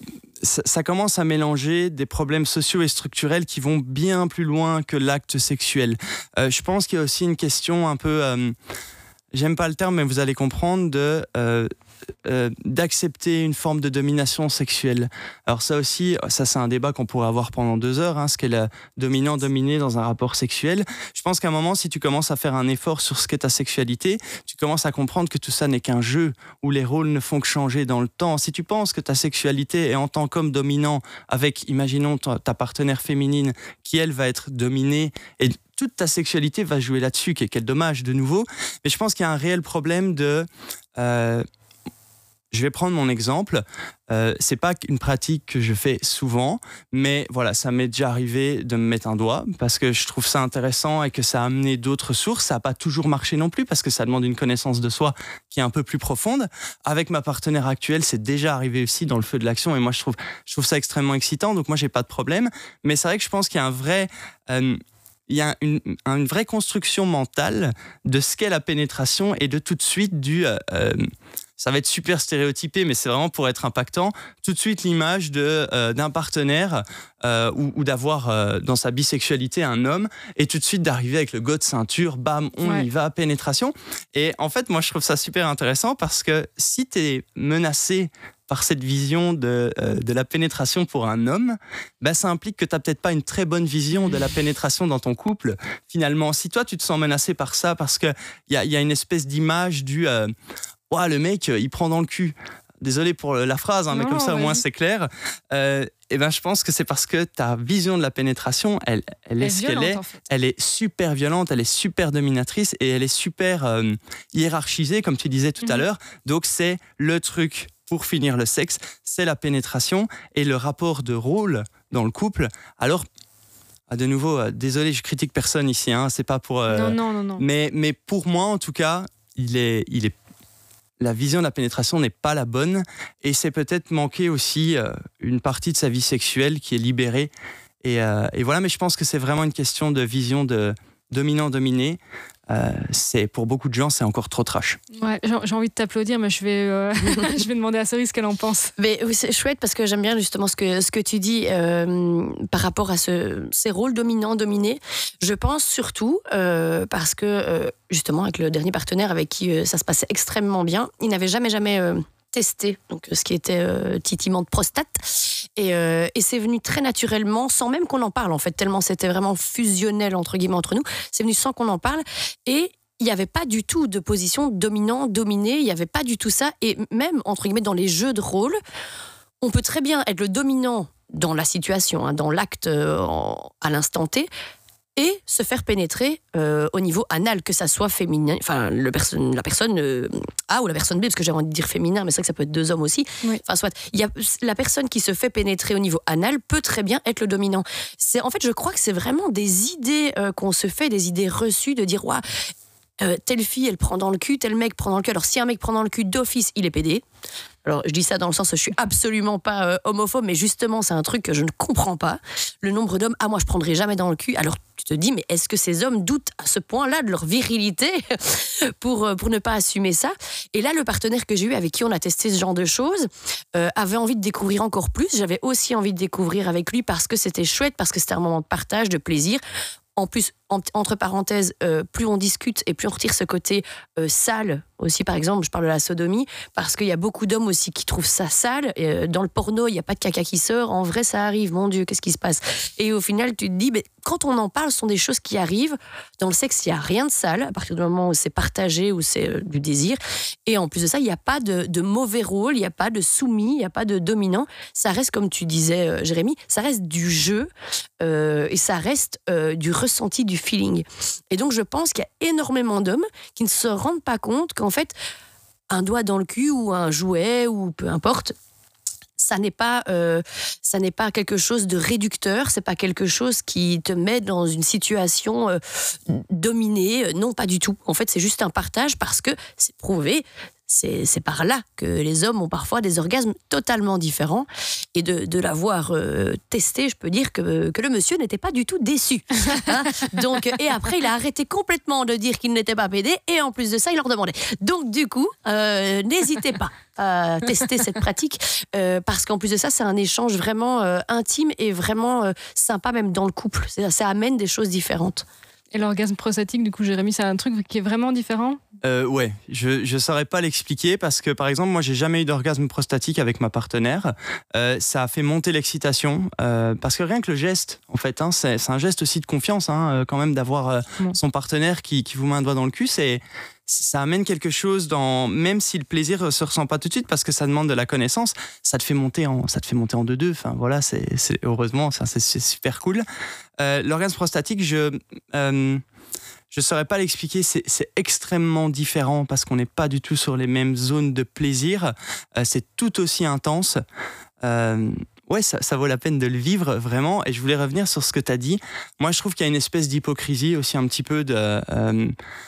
Ça, ça commence à mélanger des problèmes sociaux et structurels qui vont bien plus loin que l'acte sexuel. Euh, je pense qu'il y a aussi une question un peu... Euh, j'aime pas le terme, mais vous allez comprendre, de... Euh, Euh, d'accepter une forme de domination sexuelle. Alors ça aussi, ça c'est un débat qu'on pourrait avoir pendant deux heures, hein, ce qu'est le dominant-dominé dans un rapport sexuel. Je pense qu'à un moment, si tu commences à faire un effort sur ce qu'est ta sexualité, tu commences à comprendre que tout ça n'est qu'un jeu où les rôles ne font que changer dans le temps. Si tu penses que ta sexualité est en tant qu'homme dominant avec, imaginons, ta, ta partenaire féminine qui, elle, va être dominée et toute ta sexualité va jouer là-dessus, quel dommage de nouveau. Mais je pense qu'il y a un réel problème de... Euh, Je vais prendre mon exemple. Euh, c'est pas une pratique que je fais souvent, mais voilà, ça m'est déjà arrivé de me mettre un doigt parce que je trouve ça intéressant et que ça a amené d'autres sources. Ça n'a pas toujours marché non plus parce que ça demande une connaissance de soi qui est un peu plus profonde. Avec ma partenaire actuelle, c'est déjà arrivé aussi dans le feu de l'action et moi, je trouve, je trouve ça extrêmement excitant. Donc moi, j'ai pas de problème. Mais c'est vrai que je pense qu'il y a un vrai... Euh, il y a une, une vraie construction mentale de ce qu'est la pénétration et de tout de suite du... Euh, euh, ça va être super stéréotypé, mais c'est vraiment pour être impactant. Tout de suite, l'image de, euh, d'un partenaire euh, ou, ou d'avoir euh, dans sa bisexualité un homme et tout de suite d'arriver avec le go de ceinture, bam, on ouais. y va, pénétration. Et en fait, moi, je trouve ça super intéressant parce que si tu es menacé par cette vision de, euh, de la pénétration pour un homme, bah, ça implique que tu n'as peut-être pas une très bonne vision de la pénétration dans ton couple. Finalement, si toi, tu te sens menacé par ça, parce qu'il y a, y a une espèce d'image du... Euh, ouais, le mec, il prend dans le cul. Désolé pour la phrase, hein, mais non, comme ça, ouais. au moins, c'est clair. Euh, et ben, je pense que c'est parce que ta vision de la pénétration, elle, elle est, est ce violente, qu'elle est. En fait. Elle est super violente, elle est super dominatrice et elle est super euh, hiérarchisée, comme tu disais tout mm-hmm. à l'heure. Donc, c'est le truc pour finir le sexe, c'est la pénétration et le rapport de rôle dans le couple. Alors, ah, de nouveau, euh, désolé, je critique personne ici, hein, c'est pas pour... Euh, non, non, non, non. Mais, mais pour moi, en tout cas, il est... Il est la vision de la pénétration n'est pas la bonne et c'est peut-être manquer aussi euh, une partie de sa vie sexuelle qui est libérée. Et, euh, et voilà, mais je pense que c'est vraiment une question de vision de dominant-dominé. Euh, c'est, pour beaucoup de gens, c'est encore trop trash. Ouais, j'ai, j'ai envie de t'applaudir, mais je vais, euh, je vais demander à Cerise ce qu'elle en pense. Mais oui, c'est chouette parce que j'aime bien justement ce que, ce que tu dis euh, par rapport à ce, ces rôles dominants-dominés. Je pense surtout euh, parce que euh, justement avec le dernier partenaire avec qui euh, ça se passait extrêmement bien, il n'avait jamais jamais euh, testé donc ce qui était euh, titillement de prostate et, euh, et c'est venu très naturellement sans même qu'on en parle en fait, tellement c'était vraiment fusionnel entre guillemets entre nous, c'est venu sans qu'on en parle et il n'y avait pas du tout de position dominant-dominé, il n'y avait pas du tout ça et même entre guillemets dans les jeux de rôle on peut très bien être le dominant dans la situation, hein, dans l'acte euh, en, à l'instant T et se faire pénétrer euh, au niveau anal, que ça soit féminin, enfin le perso- la personne euh, A ou la personne B, parce que j'ai envie de dire féminin, mais c'est vrai que ça peut être deux hommes aussi. Oui. Enfin soit, il y a la personne qui se fait pénétrer au niveau anal peut très bien être le dominant. C'est en fait, je crois que c'est vraiment des idées euh, qu'on se fait, des idées reçues de dire ouais, euh, telle fille elle prend dans le cul, tel mec prend dans le cul. Alors si un mec prend dans le cul d'office, il est pédé. Alors, je dis ça dans le sens où je suis absolument pas euh, homophobe, mais justement, c'est un truc que je ne comprends pas. Le nombre d'hommes, ah, moi, je prendrai jamais dans le cul. Alors, tu te dis, mais est-ce que ces hommes doutent à ce point-là de leur virilité pour, euh, pour ne pas assumer ça ? Et là, le partenaire que j'ai eu, avec qui on a testé ce genre de choses, euh, avait envie de découvrir encore plus. J'avais aussi envie de découvrir avec lui parce que c'était chouette, parce que c'était un moment de partage, de plaisir. En plus, en, entre parenthèses, euh, plus on discute et plus on retire ce côté euh, sale aussi, par exemple, je parle de la sodomie, parce qu'il y a beaucoup d'hommes aussi qui trouvent ça sale. Et, euh, dans le porno, il n'y a pas de caca qui sort. En vrai, ça arrive. Mon Dieu, qu'est-ce qui se passe ? Et au final, tu te dis, mais quand on en parle, ce sont des choses qui arrivent. Dans le sexe, il n'y a rien de sale, à partir du moment où c'est partagé, où c'est euh, du désir. Et en plus de ça, il n'y a pas de, de mauvais rôle, il n'y a pas de soumis, il n'y a pas de dominant. Ça reste, comme tu disais, euh, Jérémy, ça reste du jeu euh, et ça reste euh, du ressenti, du feeling. Et donc, je pense qu'il y a énormément d'hommes qui ne se rendent pas compte qu'en fait, un doigt dans le cul ou un jouet ou peu importe, ça n'est pas, euh, ça n'est pas quelque chose de réducteur, c'est pas quelque chose qui te met dans une situation euh, dominée. Non, pas du tout. En fait, c'est juste un partage parce que c'est prouvé. C'est, c'est par là que les hommes ont parfois des orgasmes totalement différents. Et de, de l'avoir euh, testé, je peux dire que, que le monsieur n'était pas du tout déçu. Hein. Donc, et après, il a arrêté complètement de dire qu'il n'était pas pédé. Et en plus de ça, il leur demandait. Donc, du coup, euh, n'hésitez pas à tester cette pratique. Euh, parce qu'en plus de ça, c'est un échange vraiment euh, intime et vraiment euh, sympa, même dans le couple. C'est, ça amène des choses différentes. Et l'orgasme prostatique, du coup, Jérémy, c'est un truc qui est vraiment différent ? Euh, ouais, je je saurais pas l'expliquer parce que par exemple moi j'ai jamais eu d'orgasme prostatique avec ma partenaire. Euh, ça a fait monter l'excitation euh, parce que rien que le geste, en fait, hein, c'est c'est un geste aussi de confiance, hein, quand même d'avoir euh, Bon. son partenaire qui qui vous met un doigt dans le cul, c'est ça amène quelque chose dans, même si le plaisir se ressent pas tout de suite parce que ça demande de la connaissance, ça te fait monter en ça te fait monter en deux deux. Enfin voilà, c'est c'est heureusement ça c'est, c'est super cool. Euh, l'orgasme prostatique, je euh, Je ne saurais pas l'expliquer, c'est, c'est extrêmement différent parce qu'on n'est pas du tout sur les mêmes zones de plaisir. Euh, c'est tout aussi intense. Euh, ouais, ça, ça vaut la peine de le vivre vraiment. Et je voulais revenir sur ce que tu as dit. Moi, je trouve qu'il y a une espèce d'hypocrisie aussi un petit peu de... Euh,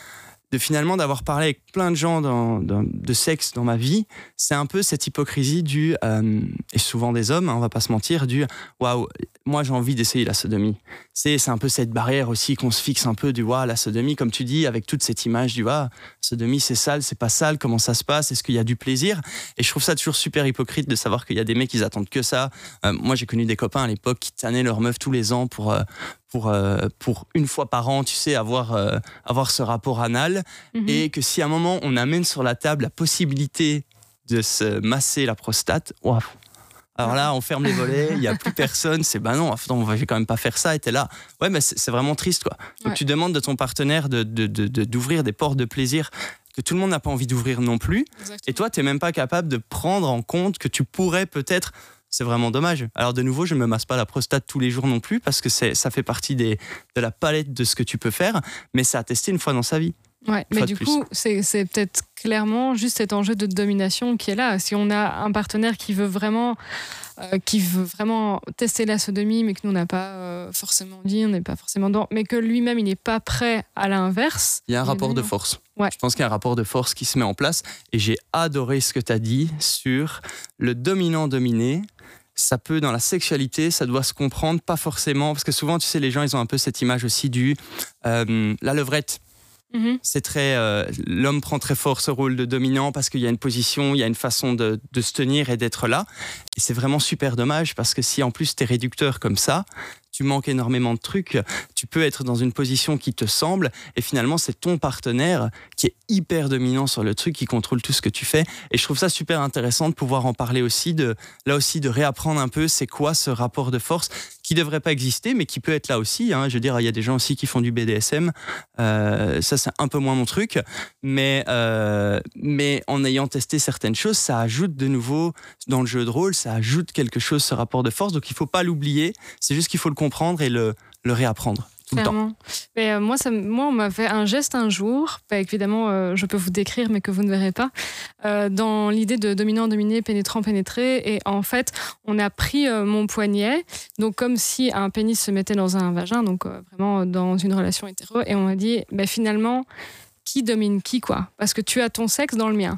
de finalement d'avoir parlé avec plein de gens dans, dans, de sexe dans ma vie, c'est un peu cette hypocrisie du, euh, et souvent des hommes, hein, on va pas se mentir, du waouh, moi j'ai envie d'essayer la sodomie. C'est, c'est un peu cette barrière aussi qu'on se fixe un peu du waouh, la sodomie, comme tu dis, avec toute cette image du waouh, sodomie c'est sale, c'est pas sale, comment ça se passe, est-ce qu'il y a du plaisir? Et je trouve ça toujours super hypocrite de savoir qu'il y a des mecs qui attendent que ça. Euh, moi j'ai connu des copains à l'époque qui tannaient leur meuf tous les ans pour. Euh, Pour, euh, pour une fois par an, tu sais, avoir, euh, avoir ce rapport anal. Mmh. Et que si à un moment, on amène sur la table la possibilité de se masser la prostate, wow. Alors là, on ferme les volets, il n'y a plus personne, c'est bah non, on va quand même pas faire ça, et t'es là. Ouais, mais c'est, c'est vraiment triste, quoi. Donc ouais. Tu demandes de ton partenaire de, de, de, de, d'ouvrir des portes de plaisir que tout le monde n'a pas envie d'ouvrir non plus. Exactement. Et toi, t'es même pas capable de prendre en compte que tu pourrais peut-être... C'est vraiment dommage. Alors de nouveau, je ne me masse pas la prostate tous les jours non plus parce que c'est, ça fait partie des, de la palette de ce que tu peux faire, mais c'est à tester une fois dans sa vie. Ouais, mais du coup, c'est, c'est peut-être clairement juste cet enjeu de domination qui est là. Si on a un partenaire qui veut vraiment, euh, qui veut vraiment tester la sodomie, mais que nous on n'a pas euh, forcément dit, on n'est pas forcément dans, mais que lui-même il n'est pas prêt à l'inverse. Il y a un rapport de force. Ouais. Je pense qu'il y a un rapport de force qui se met en place et j'ai adoré ce que tu as dit sur le dominant-dominé. Ça peut, dans la sexualité, ça doit se comprendre, pas forcément, parce que souvent, tu sais, les gens, ils ont un peu cette image aussi du euh, la levrette. Mm-hmm. C'est très, euh, l'homme prend très fort ce rôle de dominant parce qu'il y a une position, il y a une façon de, de se tenir et d'être là. Et c'est vraiment super dommage parce que si en plus t'es réducteur comme ça, tu manques énormément de trucs, tu peux être dans une position qui te semble et finalement c'est ton partenaire qui est hyper dominant sur le truc, qui contrôle tout ce que tu fais. Et je trouve ça super intéressant de pouvoir en parler aussi, de, là aussi de réapprendre un peu c'est quoi ce rapport de force qui devrait pas exister mais qui peut être là aussi, hein. Je veux dire, il y a des gens aussi qui font du B D S M, euh, ça c'est un peu moins mon truc, mais, euh, mais en ayant testé certaines choses, ça ajoute de nouveau dans le jeu de rôle, ça ajoute quelque chose, ce rapport de force, donc il faut pas l'oublier, c'est juste qu'il faut le comprendre et le, le réapprendre tout Clairement. le temps. Mais euh, moi, ça, moi, on m'a fait un geste un jour, bah, évidemment, euh, je peux vous décrire, mais que vous ne verrez pas, euh, dans l'idée de dominant-dominé, pénétrant-pénétré, et en fait, on a pris euh, mon poignet, donc comme si un pénis se mettait dans un vagin, donc euh, vraiment dans une relation hétéro, et on m'a dit, bah, finalement, qui domine qui, quoi? Parce que tu as ton sexe dans le mien.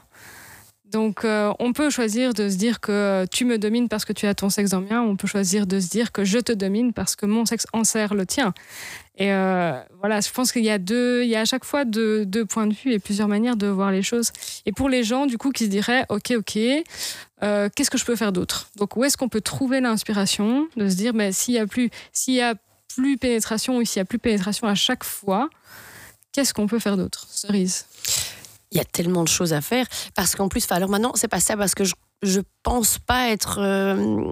Donc, euh, on peut choisir de se dire que tu me domines parce que tu as ton sexe dans le mien. On peut choisir de se dire que je te domine parce que mon sexe enserre le tien. Et euh, voilà, je pense qu'il y a deux, il y a à chaque fois deux, deux points de vue et plusieurs manières de voir les choses. Et pour les gens, du coup, qui se diraient, ok, ok, euh, qu'est-ce que je peux faire d'autre? Donc, où est-ce qu'on peut trouver l'inspiration de se dire, mais s'il y a plus, s'il y a plus pénétration ou s'il y a plus pénétration à chaque fois, qu'est-ce qu'on peut faire d'autre? Cerise. Il y a tellement de choses à faire parce qu'en plus, alors maintenant, c'est pas ça parce que je, je pense pas être euh,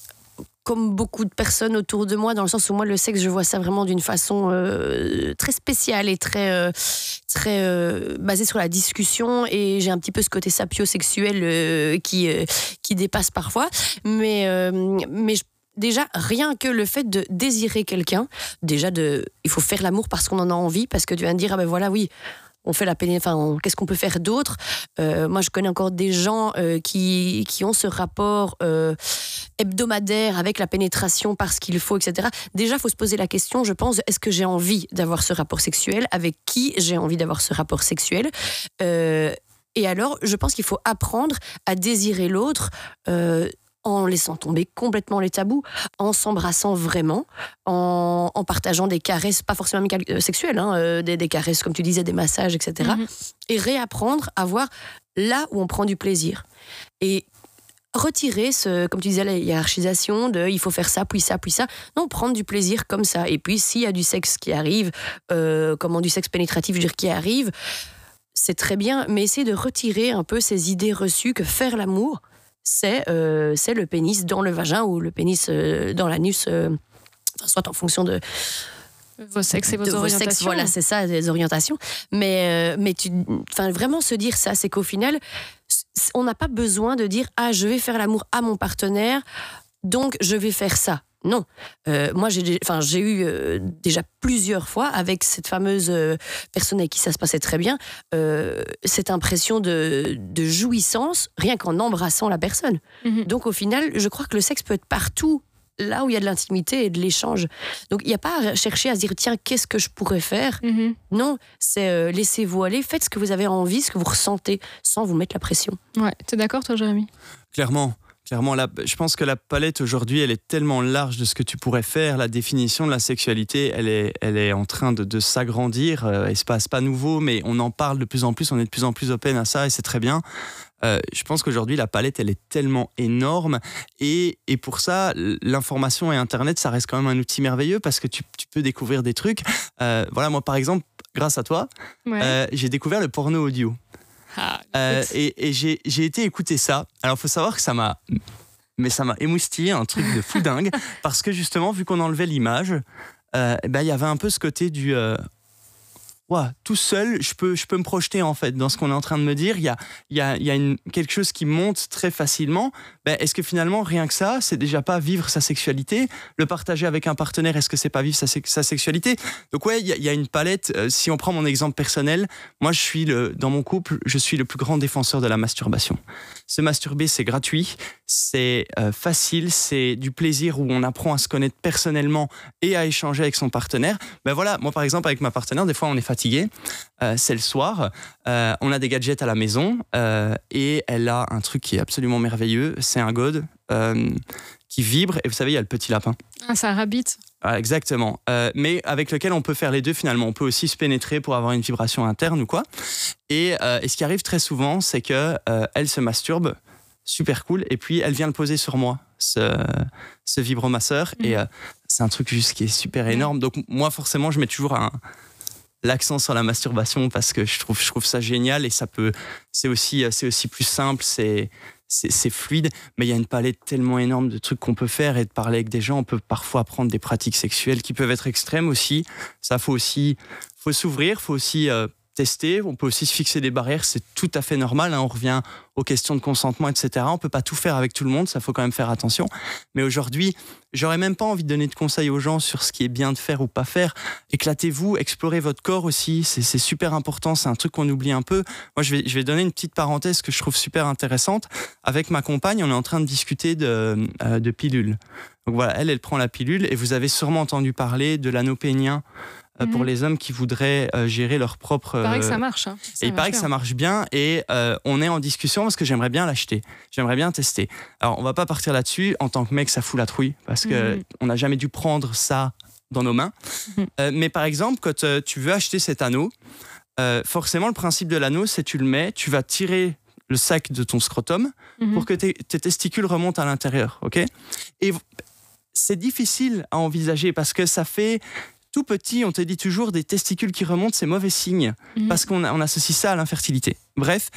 comme beaucoup de personnes autour de moi, dans le sens où moi, le sexe, je vois ça vraiment d'une façon euh, très spéciale et très, euh, très euh, basée sur la discussion, et j'ai un petit peu ce côté sapiosexuel euh, qui, euh, qui dépasse parfois. Mais, euh, mais je déjà, rien que le fait de désirer quelqu'un, déjà, de, il faut faire l'amour parce qu'on en a envie, parce que tu viens de dire, ah ben voilà, oui, on fait la péné... enfin, on... qu'est-ce qu'on peut faire d'autre? euh, Moi, je connais encore des gens euh, qui, qui ont ce rapport euh, hebdomadaire avec la pénétration parce qu'il faut, et cetera. Déjà, il faut se poser la question, je pense, est-ce que j'ai envie d'avoir ce rapport sexuel? Avec qui j'ai envie d'avoir ce rapport sexuel? euh, Et alors, je pense qu'il faut apprendre à désirer l'autre euh, en laissant tomber complètement les tabous, en s'embrassant vraiment, en, en partageant des caresses, pas forcément euh, sexuelles, hein, euh, des, des caresses, comme tu disais, des massages, et cetera. Mm-hmm. Et réapprendre à voir là où on prend du plaisir. Et retirer, ce, comme tu disais, la hiérarchisation de il faut faire ça, puis ça, puis ça. Non, prendre du plaisir comme ça. Et puis, s'il y a du sexe qui arrive, euh, comment du sexe pénétratif, je veux dire, qui arrive, c'est très bien, mais essayer de retirer un peu ces idées reçues que faire l'amour, c'est, euh, c'est le pénis dans le vagin ou le pénis euh, dans l'anus, euh, soit en fonction de vos sexes et vos de orientations. Vos sexes, voilà, c'est ça, des orientations. Mais, euh, mais tu, enfin, vraiment se dire ça, c'est qu'au final, on n'a pas besoin de dire « Ah, je vais faire l'amour à mon partenaire, donc je vais faire ça ». Non, euh, moi j'ai, enfin, j'ai eu euh, déjà plusieurs fois avec cette fameuse euh, personne avec qui ça se passait très bien, euh, cette impression de, de jouissance rien qu'en embrassant la personne. Mm-hmm. Donc au final, je crois que le sexe peut être partout, là où il y a de l'intimité et de l'échange. Donc il n'y a pas à chercher à se dire tiens, qu'est-ce que je pourrais faire? Mm-hmm. Non, c'est euh, laissez-vous aller, faites ce que vous avez envie, ce que vous ressentez, sans vous mettre la pression. Ouais, t'es d'accord toi, Jérémy? Clairement. Clairement, la, je pense que la palette aujourd'hui, elle est tellement large de ce que tu pourrais faire. La définition de la sexualité, elle est, elle est en train de, de s'agrandir. Euh, il se passe pas nouveau, mais on en parle de plus en plus. On est de plus en plus open à ça et c'est très bien. Euh, je pense qu'aujourd'hui, la palette, elle est tellement énorme. Et, et pour ça, l'information et Internet, ça reste quand même un outil merveilleux parce que tu, tu peux découvrir des trucs. Euh, voilà, moi, par exemple, grâce à toi, ouais. euh, j'ai découvert le porno audio. Ah, euh, et, et j'ai, j'ai été écouter ça. Alors, il faut savoir que ça m'a, mais ça m'a émoustillé, un truc de fou dingue, parce que justement, vu qu'on enlevait l'image, euh, ben, y avait un peu ce côté du... Euh, ouais, tout seul, je peux, je peux me projeter en fait dans ce qu'on est en train de me dire. Il y a, il y a, il y a une, quelque chose qui monte très facilement. Ben, est-ce que finalement, rien que ça, c'est déjà pas vivre sa sexualité? Le partager avec un partenaire, est-ce que c'est pas vivre sa, sa sexualité? Donc ouais, il y, a, il y a une palette. Euh, si on prend mon exemple personnel, moi, je suis le, dans mon couple, je suis le plus grand défenseur de la masturbation. Se masturber, c'est gratuit, c'est euh, facile, c'est du plaisir où on apprend à se connaître personnellement et à échanger avec son partenaire. Ben voilà, moi par exemple, avec ma partenaire, des fois, on est fatigué, euh, c'est le soir, euh, on a des gadgets à la maison euh, et elle a un truc qui est absolument merveilleux, c'est un god euh, qui vibre et vous savez, il y a le petit lapin. Ah, c'est un rabbit. Ah, exactement, euh, mais avec lequel on peut faire les deux finalement. On peut aussi se pénétrer pour avoir une vibration interne ou quoi. Et, euh, et ce qui arrive très souvent, c'est que euh, elle se masturbe, super cool, et puis elle vient le poser sur moi, ce, ce vibromasseur, mmh. et euh, c'est un truc juste qui est super énorme. Donc moi forcément, je mets toujours un l'accent sur la masturbation parce que je trouve, je trouve ça génial et ça peut, c'est aussi, c'est aussi plus simple, c'est, c'est, c'est fluide, mais il y a une palette tellement énorme de trucs qu'on peut faire et de parler avec des gens. On peut parfois apprendre des pratiques sexuelles qui peuvent être extrêmes aussi. Ça, faut aussi, faut s'ouvrir, faut aussi euh, tester. On peut aussi se fixer des barrières, c'est tout à fait normal. Hein. On revient aux questions de consentement, et cetera. On peut pas tout faire avec tout le monde, ça faut quand même faire attention. Mais aujourd'hui, j'aurais même pas envie de donner de conseils aux gens sur ce qui est bien de faire ou pas faire. Éclatez-vous, explorez votre corps aussi, c'est, c'est super important, c'est un truc qu'on oublie un peu. Moi, je vais, je vais donner une petite parenthèse que je trouve super intéressante. Avec ma compagne, on est en train de discuter de, euh, de pilules. Donc voilà, elle, elle prend la pilule et vous avez sûrement entendu parler de l'anneau pénien. Euh, mmh. Pour les hommes qui voudraient euh, gérer leur propre... Il paraît que ça marche. Hein. Ça et il paraît que ça marche bien et euh, on est en discussion parce que j'aimerais bien l'acheter. J'aimerais bien tester. Alors, on va pas partir là-dessus. En tant que mec, ça fout la trouille parce qu'on mmh. n'a jamais dû prendre ça dans nos mains. Mmh. Euh, mais par exemple, quand euh, tu veux acheter cet anneau, euh, forcément, le principe de l'anneau, c'est tu le mets, tu vas tirer le sac de ton scrotum mmh. pour que tes, tes testicules remontent à l'intérieur. Okay ? Et c'est difficile à envisager parce que ça fait... Tout petit, on te dit toujours des testicules qui remontent, c'est mauvais signe, mmh. parce qu'on on associe ça à l'infertilité. Bref,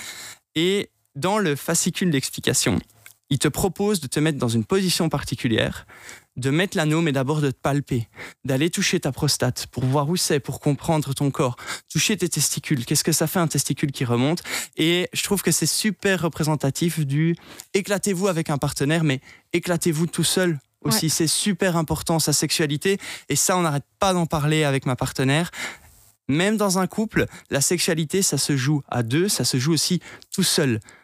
et dans le fascicule d'explication, il te propose de te mettre dans une position particulière, de mettre l'anneau, mais d'abord de te palper, d'aller toucher ta prostate pour voir où c'est, pour comprendre ton corps, toucher tes testicules, qu'est-ce que ça fait un testicule qui remonte. Et je trouve que c'est super représentatif du éclatez-vous avec un partenaire, mais éclatez-vous tout seul. Aussi, ouais. C'est super important, sa sexualité. Et ça, on n'arrête pas d'en parler avec ma partenaire. Même dans un couple, la sexualité, ça se joue à deux, ça se joue aussi tout seul.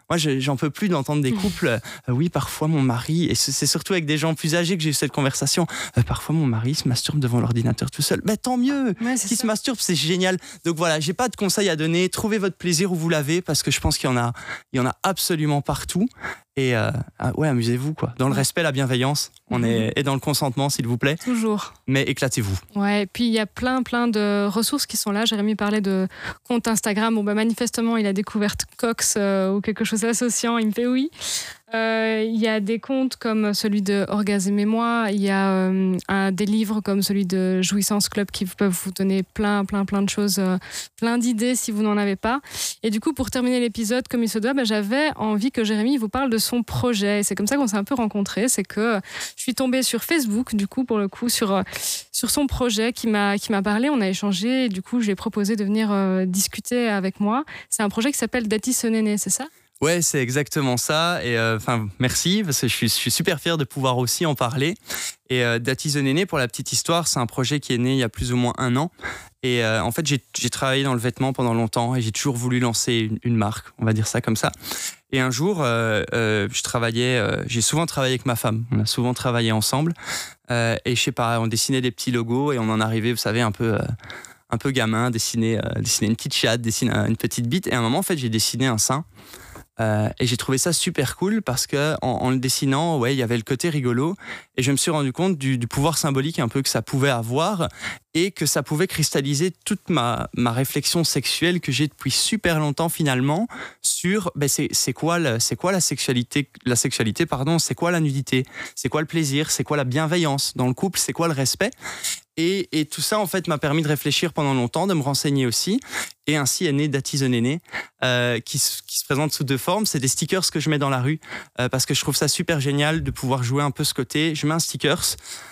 moi, je, j'en peux plus d'entendre des couples. Euh, oui, parfois mon mari, et c'est surtout avec des gens plus âgés que j'ai eu cette conversation. Euh, parfois mon mari se masturbe devant l'ordinateur tout seul. Mais tant mieux. Ouais, Qui se masturbe, c'est génial. Donc voilà, j'ai pas de conseils à donner. Trouvez votre plaisir où vous l'avez, parce que je pense qu'il y en a, il y en a absolument partout. Et euh, ah ouais, amusez-vous quoi. Dans le respect, la bienveillance, on mmh. est et dans le consentement, s'il vous plaît. Toujours. Mais éclatez-vous. Ouais. Et puis il y a plein, plein de ressources qui sont là. Jérémy parlait de compte Instagram. Bon bah manifestement, il a découvert Cox euh, ou quelque chose associant. Il me fait oui. Euh, il y a des comptes comme celui de Orgasme et moi, il y a euh, un, des livres comme celui de Jouissance Club qui peuvent vous donner plein, plein, plein de choses, euh, plein d'idées si vous n'en avez pas. Et du coup, pour terminer l'épisode comme il se doit, bah, j'avais envie que Jérémy vous parle de son projet. Et c'est comme ça qu'on s'est un peu rencontrés. C'est que je suis tombée sur Facebook, du coup, pour le coup, sur, sur son projet qui m'a, qui m'a parlé. On a échangé et du coup, je lui ai proposé de venir euh, discuter avec moi. C'est un projet qui s'appelle Dati ce Néné, c'est ça ? Ouais, c'est exactement ça. Et enfin, euh, merci parce que je suis, je suis super fier de pouvoir aussi en parler. Et euh, Dati the Néné, pour la petite histoire, c'est un projet qui est né il y a plus ou moins un an. Et euh, en fait, j'ai, j'ai travaillé dans le vêtement pendant longtemps et j'ai toujours voulu lancer une, une marque, on va dire ça comme ça. Et un jour, euh, euh, je travaillais, euh, j'ai souvent travaillé avec ma femme. On a souvent travaillé ensemble. Euh, et je sais pas, on dessinait des petits logos et on en arrivait, vous savez, un peu. Euh, un peu gamin, dessiner, euh, dessiner une petite chatte, dessiner une petite bite. Et à un moment, en fait, j'ai dessiné un sein. Euh, et j'ai trouvé ça super cool parce que en, en le dessinant, ouais, il y avait le côté rigolo et je me suis rendu compte du, du pouvoir symbolique un peu que ça pouvait avoir et que ça pouvait cristalliser toute ma, ma réflexion sexuelle que j'ai depuis super longtemps finalement sur ben c'est, c'est quoi le, c'est quoi la sexualité la sexualité pardon c'est quoi la nudité, c'est quoi le plaisir, c'est quoi la bienveillance dans le couple, c'est quoi le respect. Et, et tout ça, en fait, m'a permis de réfléchir pendant longtemps, de me renseigner aussi. Et ainsi est né Dati the Néné, euh, qui, qui se présente sous deux formes. C'est des stickers que je mets dans la rue, euh, parce que je trouve ça super génial de pouvoir jouer un peu ce côté. Je mets un stickers.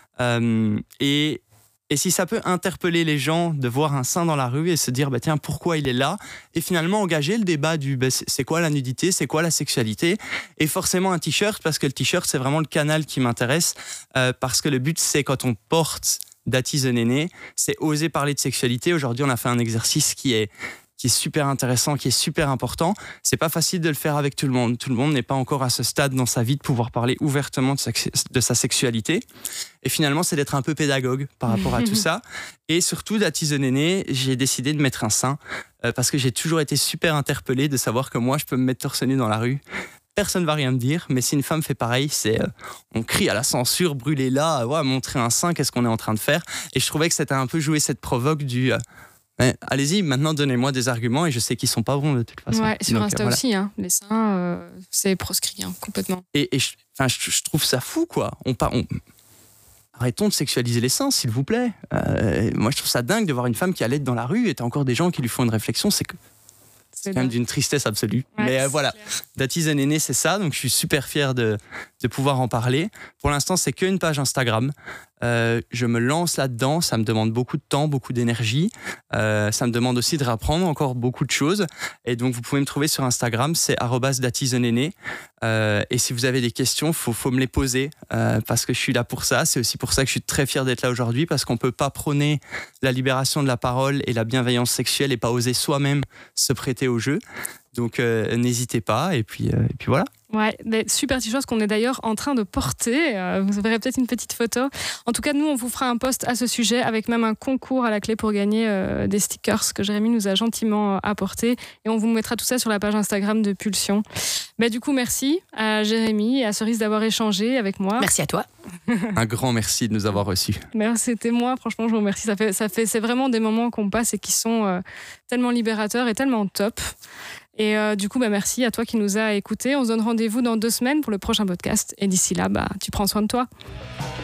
Euh, et, et si ça peut interpeller les gens de voir un sein dans la rue et se dire, bah, tiens, pourquoi il est là ? Et finalement engager le débat du, bah, c'est quoi la nudité ? C'est quoi la sexualité ? Et forcément un t-shirt, parce que le t-shirt, c'est vraiment le canal qui m'intéresse. Euh, parce que le but, c'est quand on porte Dati the Néné, c'est oser parler de sexualité. Aujourd'hui, on a fait un exercice qui est, qui est super intéressant, qui est super important. C'est pas facile de le faire avec tout le monde. Tout le monde n'est pas encore à ce stade dans sa vie de pouvoir parler ouvertement de sa, de sa sexualité. Et finalement, c'est d'être un peu pédagogue par rapport à tout ça. Et surtout, Dati the Néné, j'ai décidé de mettre un sein euh, parce que j'ai toujours été super interpellé de savoir que moi, je peux me mettre torse nu dans la rue. Personne ne va rien me dire, mais si une femme fait pareil, c'est euh, on crie à la censure, brûlez là, ouais, montrer un sein, qu'est-ce qu'on est en train de faire ? Et je trouvais que c'était un peu jouer cette provoque du euh, ouais, allez-y, maintenant donnez-moi des arguments et je sais qu'ils sont pas bons de toute façon. Ouais, sur Donc, Insta euh, voilà. aussi, hein, les seins, euh, c'est proscrit hein, complètement. Et, et je, je, je trouve ça fou, quoi. On, on, arrêtons de sexualiser les seins, s'il vous plaît. Euh, moi, je trouve ça dingue de voir une femme qui allait dans la rue et t'as encore des gens qui lui font une réflexion, c'est que c'est quand même d'une tristesse absolue. Ouais, mais euh, voilà, Dati the Néné, c'est ça. Donc, je suis super fier de, de pouvoir en parler. Pour l'instant, c'est qu'une page Instagram. Euh, je me lance là-dedans. Ça me demande beaucoup de temps, beaucoup d'énergie. Euh, ça me demande aussi de réapprendre encore beaucoup de choses. Et donc, vous pouvez me trouver sur Instagram. C'est arobase Dati the Néné. Euh, et si vous avez des questions, il faut, faut me les poser euh, parce que je suis là pour ça. C'est aussi pour ça que je suis très fier d'être là aujourd'hui parce qu'on ne peut pas prôner la libération de la parole et la bienveillance sexuelle et pas oser soi-même se prêter au jeu. Donc, euh, n'hésitez pas. Et puis, euh, et puis voilà. Ouais, des super t-shirts qu'on est d'ailleurs en train de porter. Euh, vous verrez peut-être une petite photo. En tout cas, nous, on vous fera un post à ce sujet avec même un concours à la clé pour gagner euh, des stickers que Jérémy nous a gentiment euh, apportés. Et on vous mettra tout ça sur la page Instagram de Pulsion. Bah, du coup, merci à Jérémy et à Cerise d'avoir échangé avec moi. Merci à toi. Un grand merci de nous avoir reçus. Merci, c'était moi. Franchement, je vous remercie. Ça fait, ça fait, c'est vraiment des moments qu'on passe et qui sont euh, tellement libérateurs et tellement top. Et euh, du coup, bah, merci à toi qui nous a écoutés. On se donne rendez-vous dans deux semaines pour le prochain podcast. Et d'ici là, bah, tu prends soin de toi.